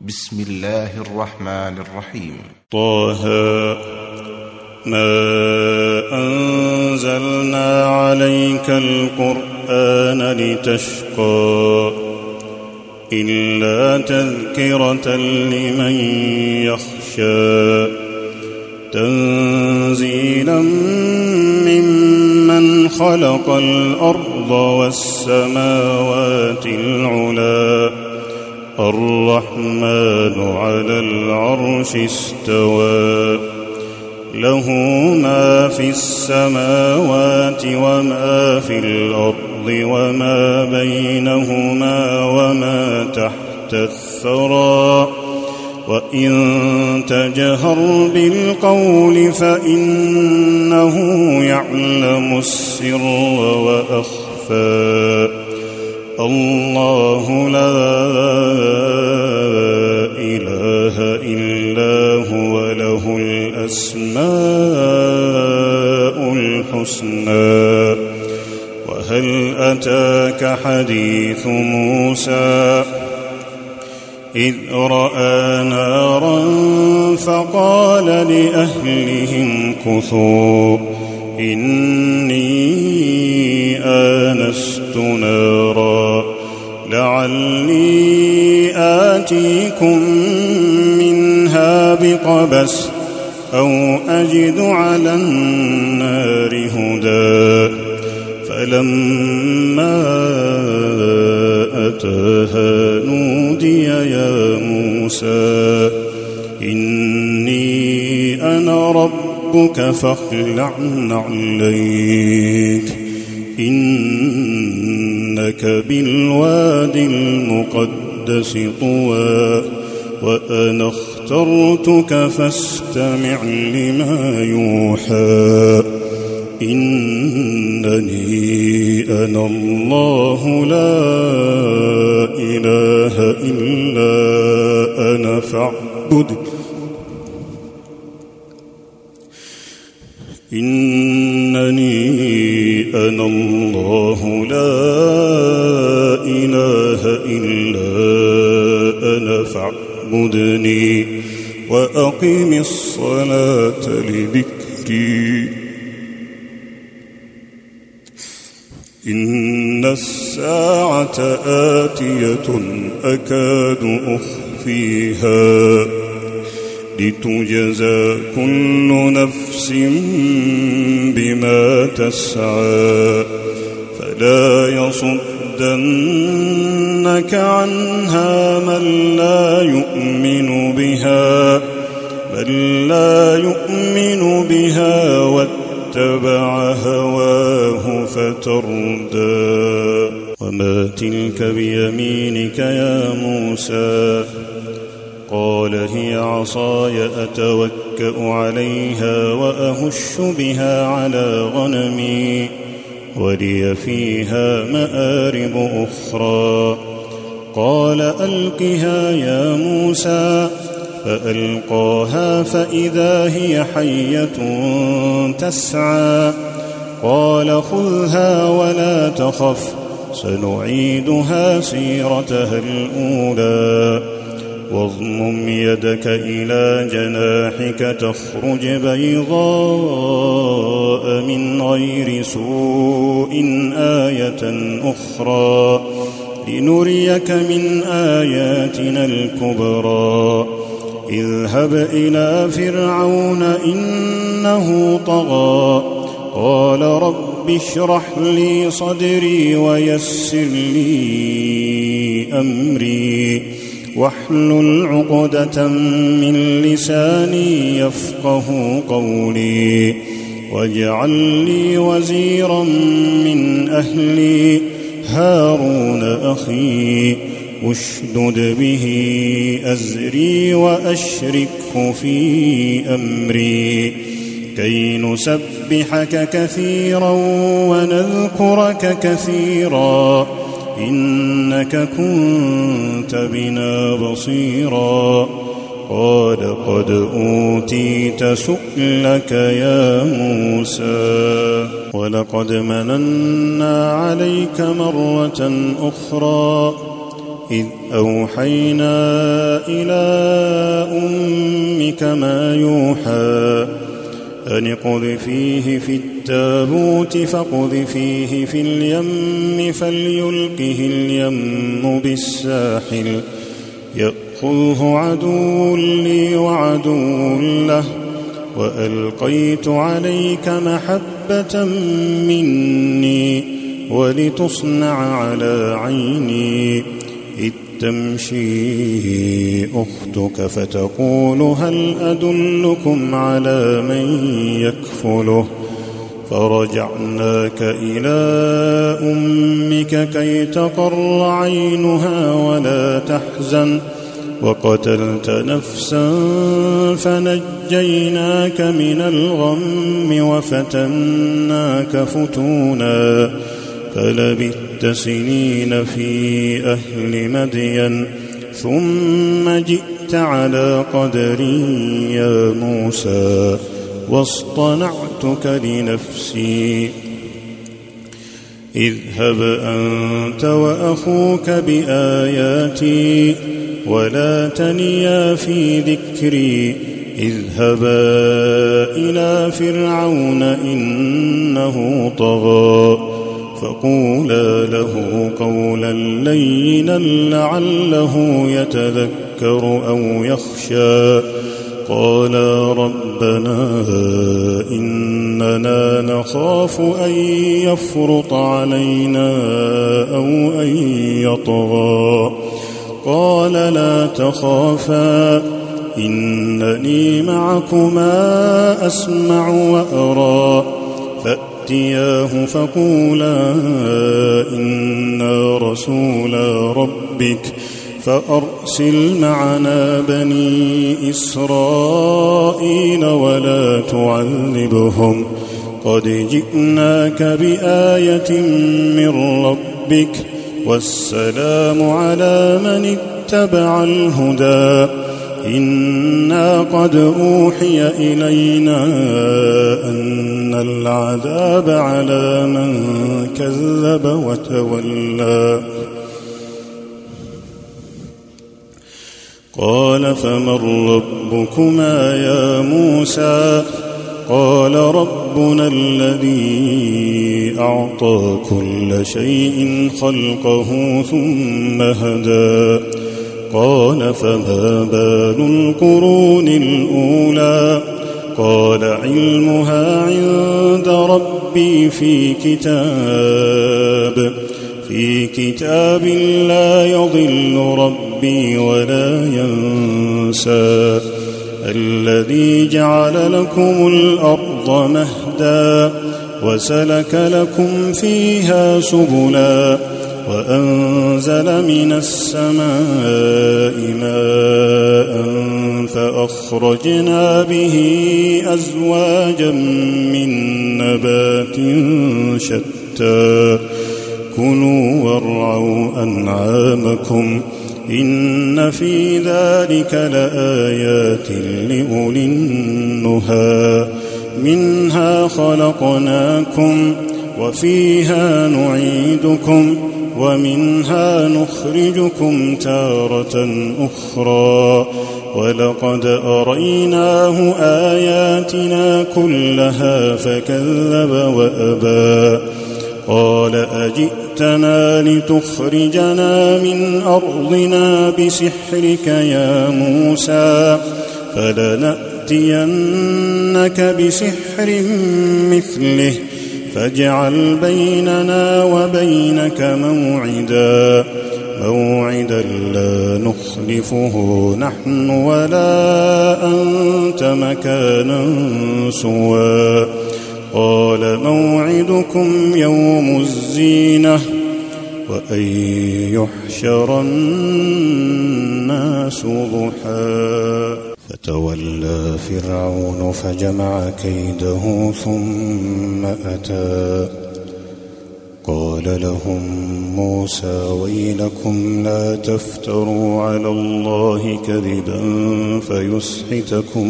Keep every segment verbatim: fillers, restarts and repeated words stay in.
بسم الله الرحمن الرحيم. طه ما أنزلنا عليك القرآن لتشقى إلا تذكرة لمن يخشى تنزيلا ممن خلق الأرض والسماوات العلى الرحمن على العرش استوى له ما في السماوات وما في الأرض وما بينهما وما تحت الثرى وإن تجهر بالقول فإنه يعلم السر وأخفى الله لا إله إلا هو له الأسماء الحسنى وهل أتاك حديث موسى إذ رأى نارا فقال لأهلهم كثوا إني آنست نارا لعلي آتيكم منها بقبس أو أجد على النار هدى فلما أتاها نودي يا موسى إني أنا ربك فاخلع نعليك إنك بالوادي المقدس طوى وأنا اخترتك فاستمع لما يوحى إنني أنا الله لا إله إلا أنا فاعبد إنني أنا الله لا إله إلا أنا فاعبدني وأقم الصلاة لذكري إن الساعة آتية أكاد أخفيها لتجزى كل نفس بما تسعى فلا يصدنك عنها من لا يؤمن بها من لا يؤمن بها واتبع هواه فتردى وما تلك بيمينك يا موسى قال هي عصاي أتوكأ عليها وأهش بها على غنمي ولي فيها مآرب أخرى قال ألقها يا موسى فألقاها فإذا هي حية تسعى قال خذها ولا تخف سنعيدها سيرتها الأولى واضمم يدك إلى جناحك تخرج بيضاء من غير سوء آية أخرى لنريك من آياتنا الكبرى اذهب إلى فرعون إنه طغى قال رب اشرح لي صدري ويسر لي أمري واحلل عقدة من لساني يفقه قولي واجعل لي وزيرا من أهلي هارون أخي اشدد به أزري وأشركه في أمري كي نسبحك كثيرا ونذكرك كثيرا إنك كنت بنا بصيرا قال قد أوتيت سؤلك يا موسى ولقد مننا عليك مرة أخرى إذ أوحينا إلى أمك ما يوحى أن اقذفيه في التابوت فاقذفيه في اليم فليلقه اليم بالساحل يأخذه عدو لي وعدو له وألقيت عليك محبة مني ولتصنع على عيني إذ تمشي أختك فتقول هل أدلكم على من يكفله فرجعناك إلى أمك كي تقر عينها ولا تحزن وقتلت نفسا فنجيناك من الغم وفتناك فتونا فلبثت سنين في أهل مدين ثم جئت على قدري يا موسى واصطنعتك لنفسي اذهب أنت وأخوك بآياتي ولا تنيا في ذكري اذهبا إلى فرعون إنه طغى فقولا له قولا لينا لعله يتذكر أو يخشى قالا ربنا إننا نخاف أن يفرط علينا أو أن يطغى قال لا تخافا إنني معكما أسمع وأرى فأتياه فقولا إنا رسولا ربك فأرسل معنا بني إسرائيل ولا تعذبهم قد جئناك بآية من ربك والسلام على من اتبع الهدى إنا قد أوحي إلينا أن العذاب على من كذب وتولى قال فمن ربكما يا موسى قال ربنا الذي أعطى كل شيء خلقه ثم هدى قال فما بال القرون الأولى قال علمها عند ربي في كتاب في كتاب لا يضل ربي ولا ينسى الذي جعل لكم الأرض مهدا وسلك لكم فيها سبلا وأنزل من السماء ماء فأخرجنا به أزواجا من نبات شتى كلوا وارعوا أنعامكم إن في ذلك لآيات لأولي النهى منها خلقناكم وفيها نعيدكم ومنها نخرجكم تارة أخرى ولقد أريناه آياتنا كلها فكذب وأبى قال أجئتنا لتخرجنا من أرضنا بسحرك يا موسى فلنأتينك بسحر مثله فاجعل بيننا وبينك موعدا موعدا لا نخلفه نحن ولا أنت مكانا سوى قال موعدكم يوم الزينة وأن يحشر الناس ضحى فتولى فرعون فجمع كيده ثم أتى قال لهم موسى ويلكم لا تفتروا على الله كذبا فيسحتكم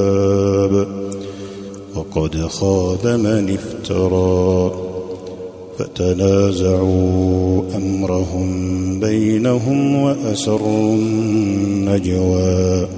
بعذاب وقد خاب من افترى فتنازعوا أمرهم بينهم وأسروا النجوى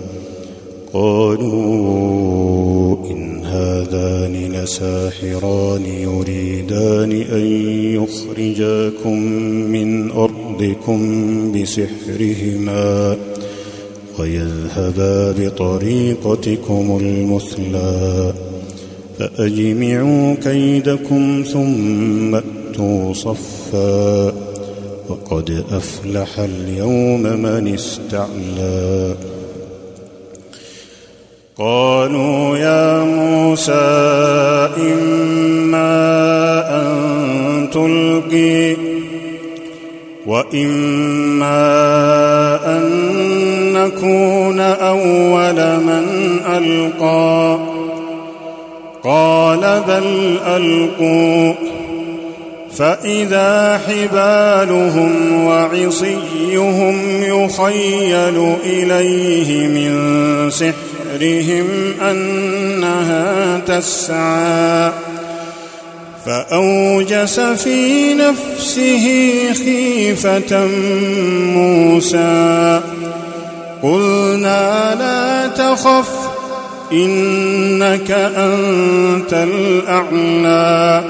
قالوا إن هذان لساحران يريدان أن يخرجاكم من أرضكم بسحرهما ويذهبا بطريقتكم المثلى فأجمعوا كيدكم ثم أتوا صفا وقد أفلح اليوم من استعلى قالوا يا موسى إما أن تلقي وإما أن نكون أول من ألقى قال بل ألقوا فإذا حبالهم وعصيهم يخيل إليه من سحرهم أنها تسعى فأوجس في نفسه خيفة موسى قلنا لا تخف إنك أنت الأعلى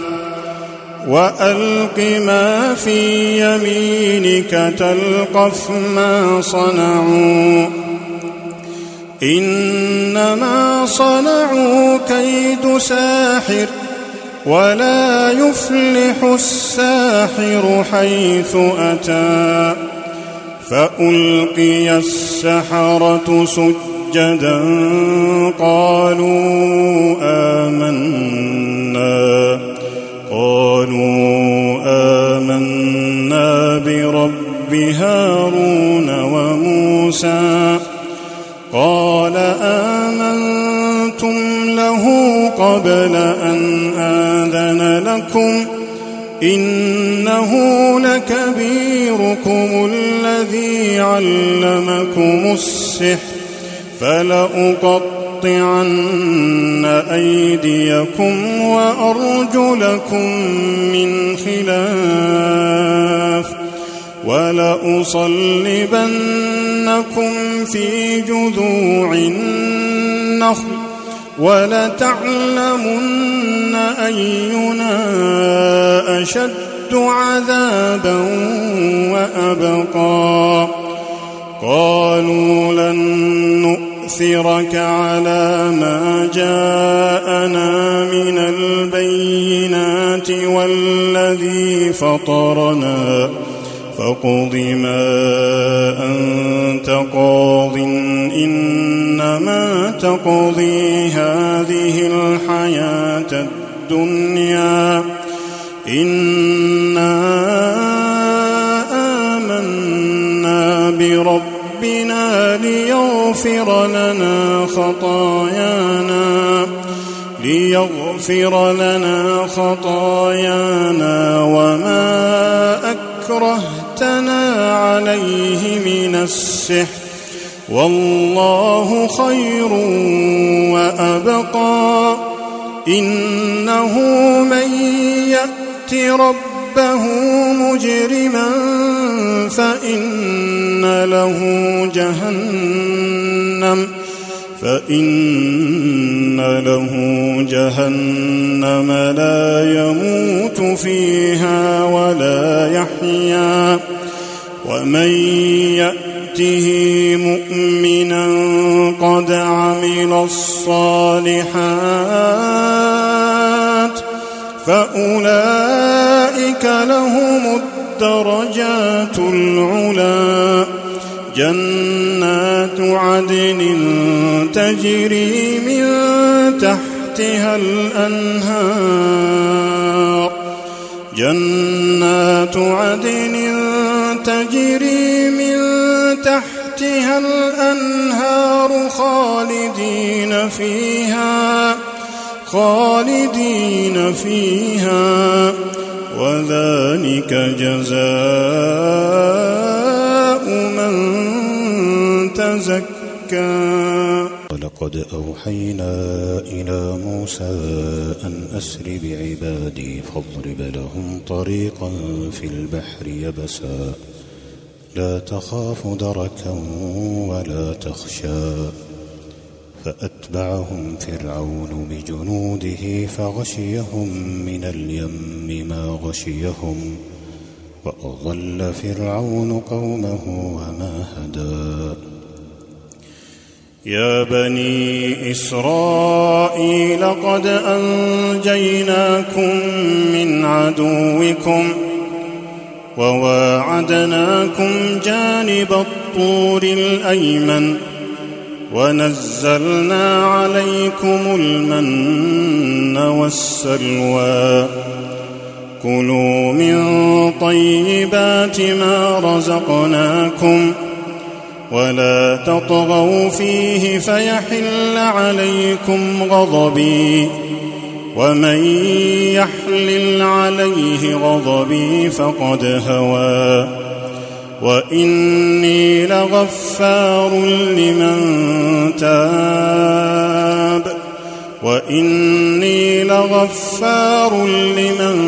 وألق ما في يمينك تلقف ما صنعوا إنما صنعوا كيد ساحر ولا يفلح الساحر حيث أتى فألقي السحرة سجدا قالوا آمنا قالوا آمنا برب هارون وموسى قال آمنتم له قبل أن آذن لكم إنه لكبيركم الذي علمكم السحر فلأقطعن أيديكم وأرجلكم من خلاف ولأصلبنكم في جذوع النخل ولتعلمن أينا أشد عذابا وأبقى قالوا لن نؤثرك على ما جاءنا من البينات والذي فطرنا فاقض ما أنت قاض إنما تقضي هذه الحياة الدنيا إنا آمنا بربنا ليغفر لنا خطايانا ليغفر لنا خطايانا وما أكرهتنا عليه من السحر والله خير وأبقى إنه من يأت ربه مجرما فإن له جهنم فإن له جهنم لا يموت فيها ولا يحيا ومن يأته مؤمنا قد عمل الصالحات فأولئك لهم الدرجات العلى جنات عدن تجري من تحتها الأنهار جنات عدن تجري من تحتها الأنهار خالدين فيها خالدين فيها وذلك جزاء من تزكى ولقد أوحينا إلى موسى أن أسر بعبادي فاضرب لهم طريقا في البحر يبسا لا تخاف دركا ولا تخشى فأتبعهم فرعون بجنوده فغشيهم من اليم ما غشيهم وأضل فرعون قومه وما هدى يا بني إسرائيل قد أنجيناكم من عدوكم وواعدناكم جانب الطور الأيمن ونزلنا عليكم المن والسلوى كلوا من طيبات ما رزقناكم ولا تطغوا فيه فيحل عليكم غضبي ومن يحلل عليه غضبي فقد هوى وإني لغفار لمن تاب وإني لغفار لمن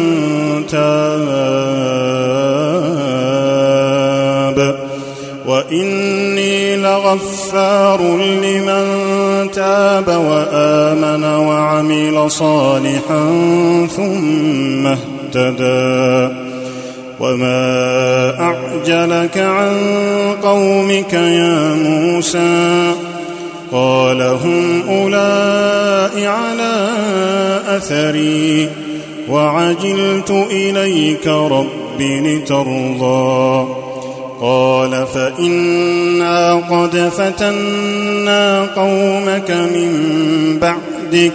تاب وإني لغفار لمن تاب وآمن وعمل صالحا ثم اهتدى وما أعجلك عن قومك يا موسى قال هم أولئك على أثري وعجلت إليك رب لترضى قال فإنا قد فتنا قومك من بعدك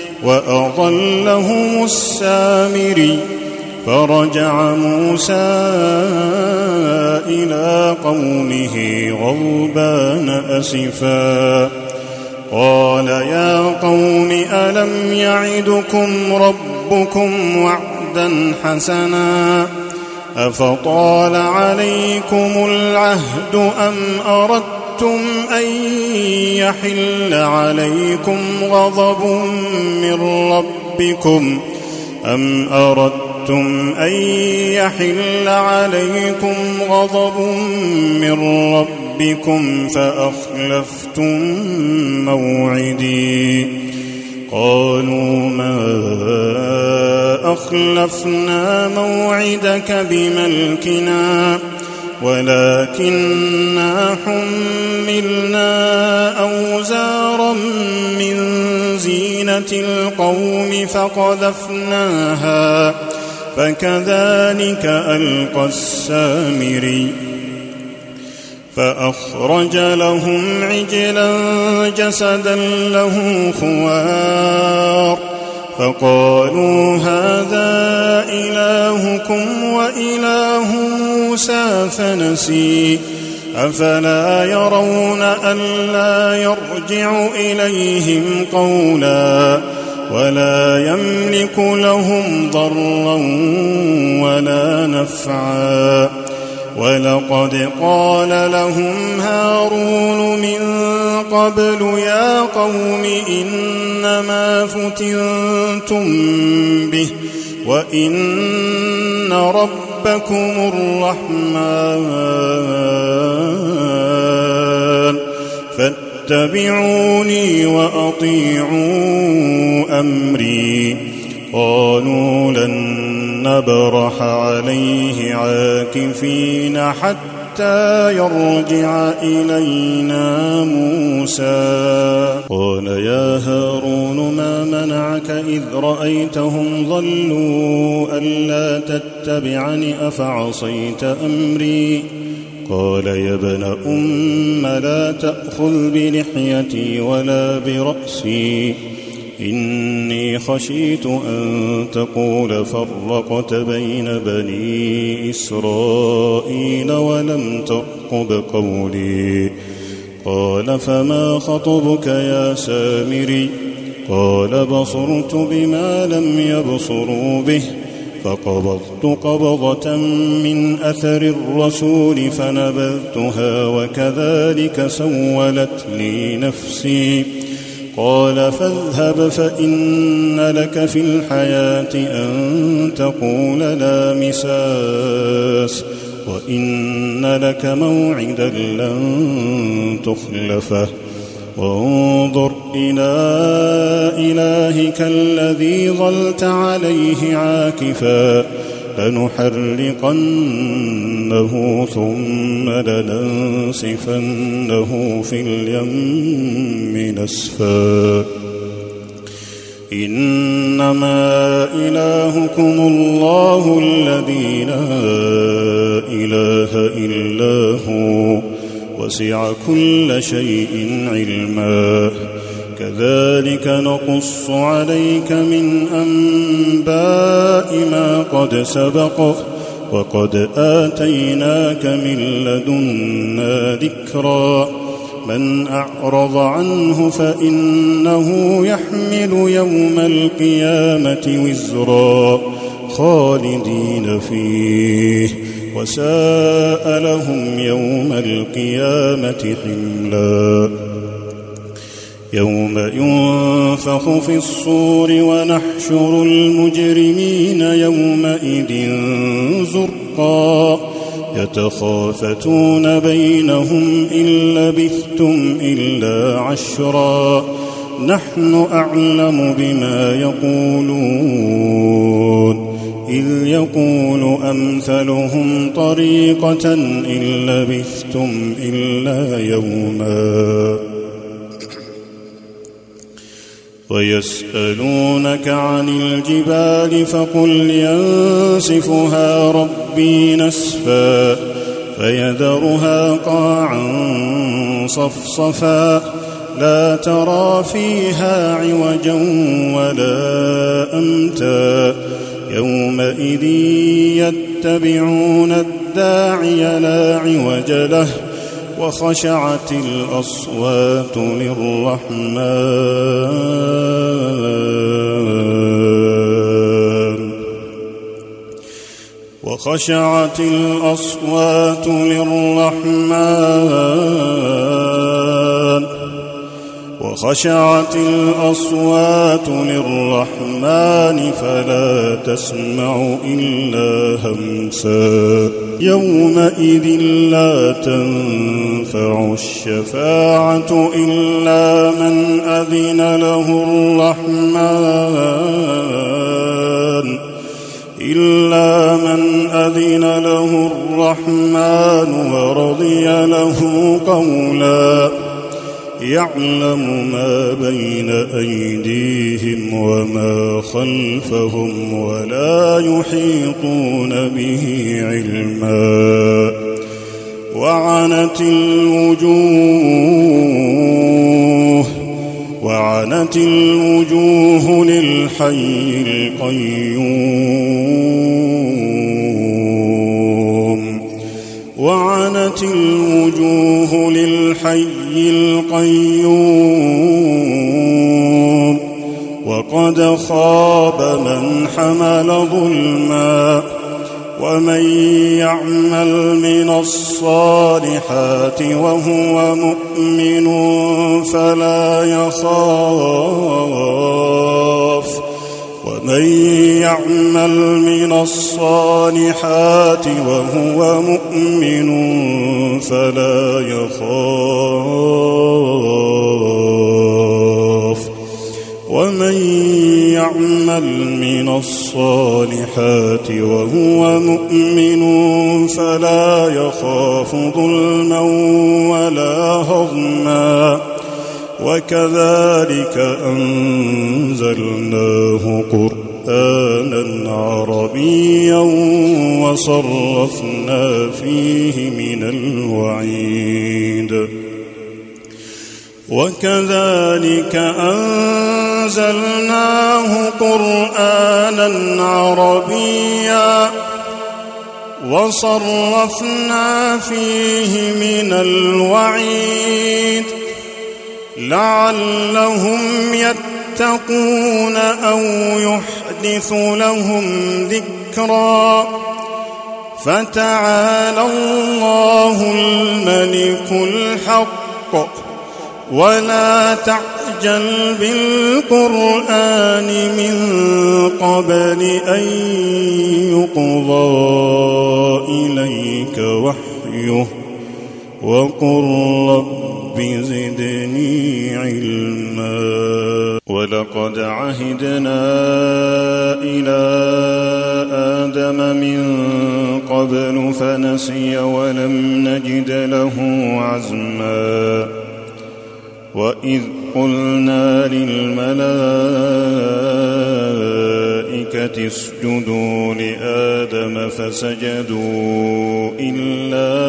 وأضلهم السامري فرجع موسى إلى قومه غضبان أسفا قال يا قوم ألم يعدكم ربكم وعدا حسنا أفطال عليكم العهد أم أردتم أن يحل عليكم غضب من ربكم أم أردتم أن يحل عليكم غضب من ربكم فأخلفتم موعدي قالوا ما أخلفنا موعدك بملكنا ولكننا حملنا أوزارا من زينة القوم فقذفناها فكذلك ألقى السامري فأخرج لهم عجلا جسدا له خوار فقالوا هذا إلهكم وإله موسى فنسي أفلا يرون ألا يرجع إليهم قولا ولا يملك لهم ضرا ولا نفعا ولقد قال لهم هارون من قبل يا قوم إنما فتنتم به وإن ربكم الرحمن فاتبعوني وأطيعوا أمري قالوا لن نبرح عليه عاكفين حتى يرجع إلينا موسى قال يا هارون ما منعك إذ رأيتهم ضلوا ألا تتبعني أفعصيت أمري قال يا ابن أم لا تأخذ بلحيتي ولا برأسي إني خشيت أن تقول فرقت بين بني إسرائيل ولم ترقب قولي قال فما خطبك يا سامري قال بصرت بما لم يبصروا به فقبضت قبضة من أثر الرسول فنبذتها وكذلك سولت لي نفسي. قال فاذهب فإن لك في الحياة أن تقول لا مساس وإن لك موعدا لن تخلفه وانظر إلى إلهك الذي ظلت عليه عاكفا لنحرقنه ثم لننسفنه في اليم نسفا. إنما إلهكم الله الذي لا إله إلا هو وسع كل شيء علما. كذلك نقص عليك من أنباء ما قد سبق وقد آتيناك من لدنا ذكرا. من أعرض عنه فإنه يحمل يوم القيامة وزرا خالدين فيه وساء لهم يوم القيامة حملا. يوم ينفخ في الصور ونحشر المجرمين يومئذ زرقا يتخافتون بينهم إن لبثتم إلا عشرا نحن أعلم بما يقولون إذ يقول أمثلهم طريقة إن لبثتم إلا يوما. ويسألونك عن الجبال فقل ينسفها ربي نسفا فيذرها قاعا صفصفا لا ترى فيها عوجا ولا أمتا. يومئذ يتبعون الداعي لا عوج له وخشعت الأصوات للرحمن وخشعت الأصوات للرحمن وخشعت الأصوات للرحمن فلا تسمع إلا همسا. يومئذ لا تنفع الشفاعة إلا من أذن له الرحمن إلا من أذن له الرحمن ورضي له قولا. يعلم ما بين أيديهم وما خلفهم ولا يحيطون به علما. وعنت الوجوه وعنت الوجوه للحي القيوم وعنت الوجوه للحي القيوم وقد خاب من حمل ظلما. ومن يعمل من الصالحات وهو مؤمن فلا يخاف ومن يعمل من الصالحات وهو مؤمن فلا يخاف ومن يعمل من الصالحات وهو مؤمن فلا يخاف ظلما ولا هضما. وكذلك أنزلناه قرآنا عربيا وصرفنا فيه من الوعيد وكذلك أنزلناه قرآنا عربيا وصرفنا فيه من الوعيد لعلهم يتقون أو يحدثون يحدث لهم ذكرا فتعالى الله الملك الحق ولا تعجل بالقرآن من قبل أن يقضى إليك وحيه وقل رب زدني علما ولقد عهدنا إلى آدم من قبل فنسي ولم نجد له عزما وإذ قلنا للملائكة اسجدوا لآدم فسجدوا إلا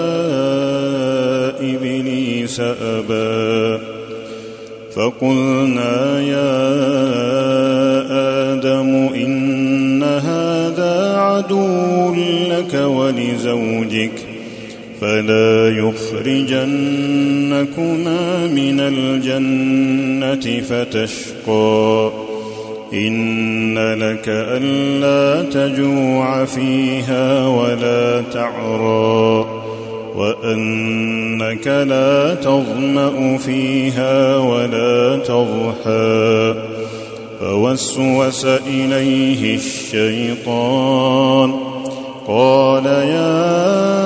إبليس أبى فقلنا يا آدم إن هذا عدو لك ولزوجك فلا يخرجنكما من الجنة فتشقى إن لك ألا تجوع فيها ولا تعرى وأنك لا تظمأ فيها ولا تضحى فوسوس إليه الشيطان قال يا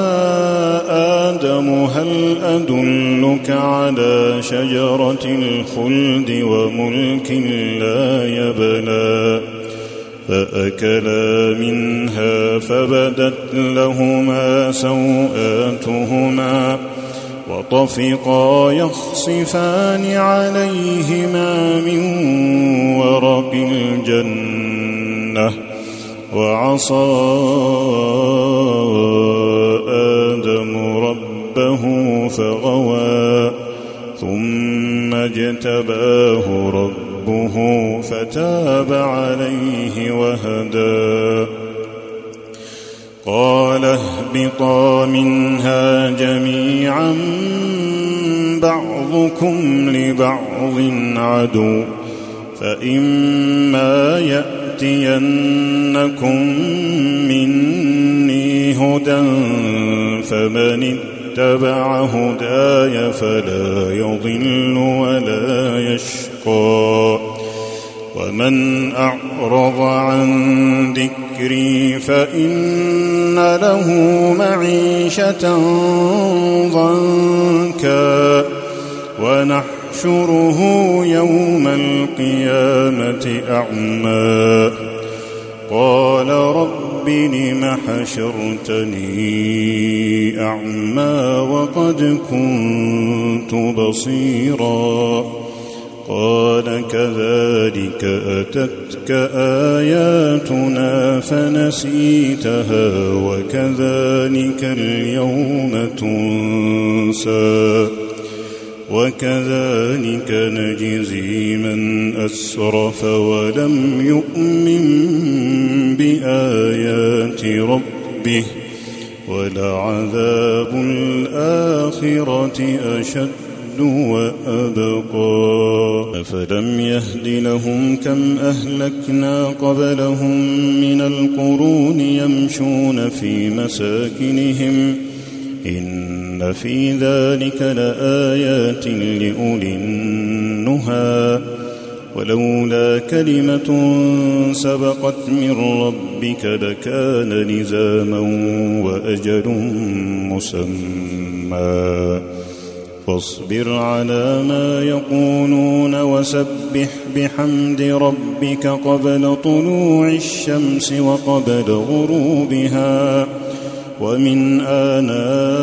آدم هل أدلك على شجرة الخلد وملك لا يبلى فأكلا منها فبدت لهما سوآتهما وطفقا يخصفان عليهما من ورق الجنة وعصى آدم ربه فغوى ثم اجتباه ربه فتاب عليه وهدى قال اهبطا منها جميعا بعضكم لبعض عدو فإما يأتينكم مني هدى فمن اتبع هداي فلا يضل ولا يشقى ومن أعرض عن ذكري فإن له معيشة ضنكا ونحشره يوم القيامة أعمى قال رب لم حشرتني أعمى وقد كنت بصيرا قال كذلك أتتك آياتنا فنسيتها وكذلك اليوم تنسى وكذلك نجزي من أسرف ولم يؤمن بآيات ربه ولعذاب الآخرة أشد وأبقى أفلم يهد لهم كم أهلكنا قبلهم من القرون يمشون في مساكنهم إن في ذلك لآيات لأولي النهى ولولا كلمة سبقت من ربك لكان لزاما وأجل مسمى فاصبر على ما يقولون وسبح بحمد ربك قبل طلوع الشمس وقبل غروبها ومن آناء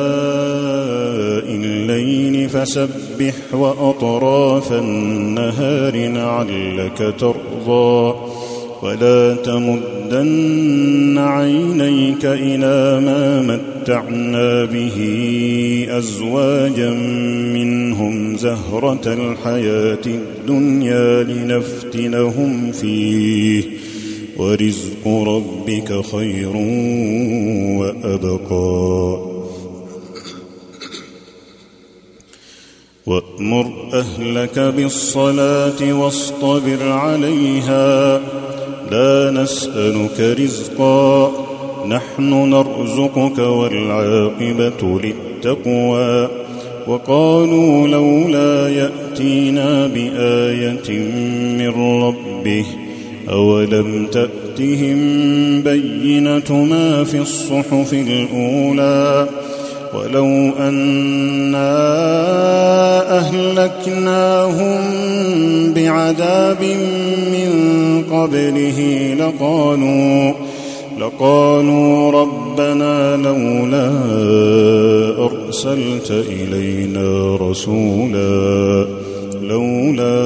الليل فسبح وأطراف النهار لعلك ترضى ولا تمدن عينيك إلى ما متعنا به أزواجا منهم زهرة الحياة الدنيا لنفتنهم فيه ورزق ربك خير وأبقى وأمر أهلك بالصلاة واصطبر عليها لا نسألك رزقا نحن نرزقك والعاقبة للتقوى وقالوا لولا يأتينا بآية من ربه أولم تأتهم بينة ما في الصحف الأولى ولو أنا أهلكناهم بعذاب من قبله لقالوا لقالوا ربنا لولا أرسلت إلينا رسولا لولا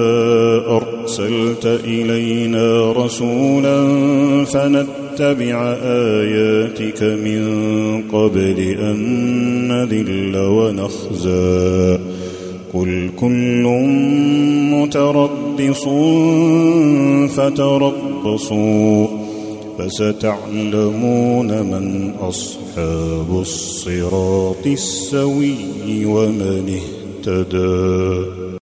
أرسلت إلينا رسولا فنتبع آياتك من قبل أن نذل ونخزى قل كل متربص فتربصوا فستعلمون من أصحاب الصراط السوي ومن اهتدى.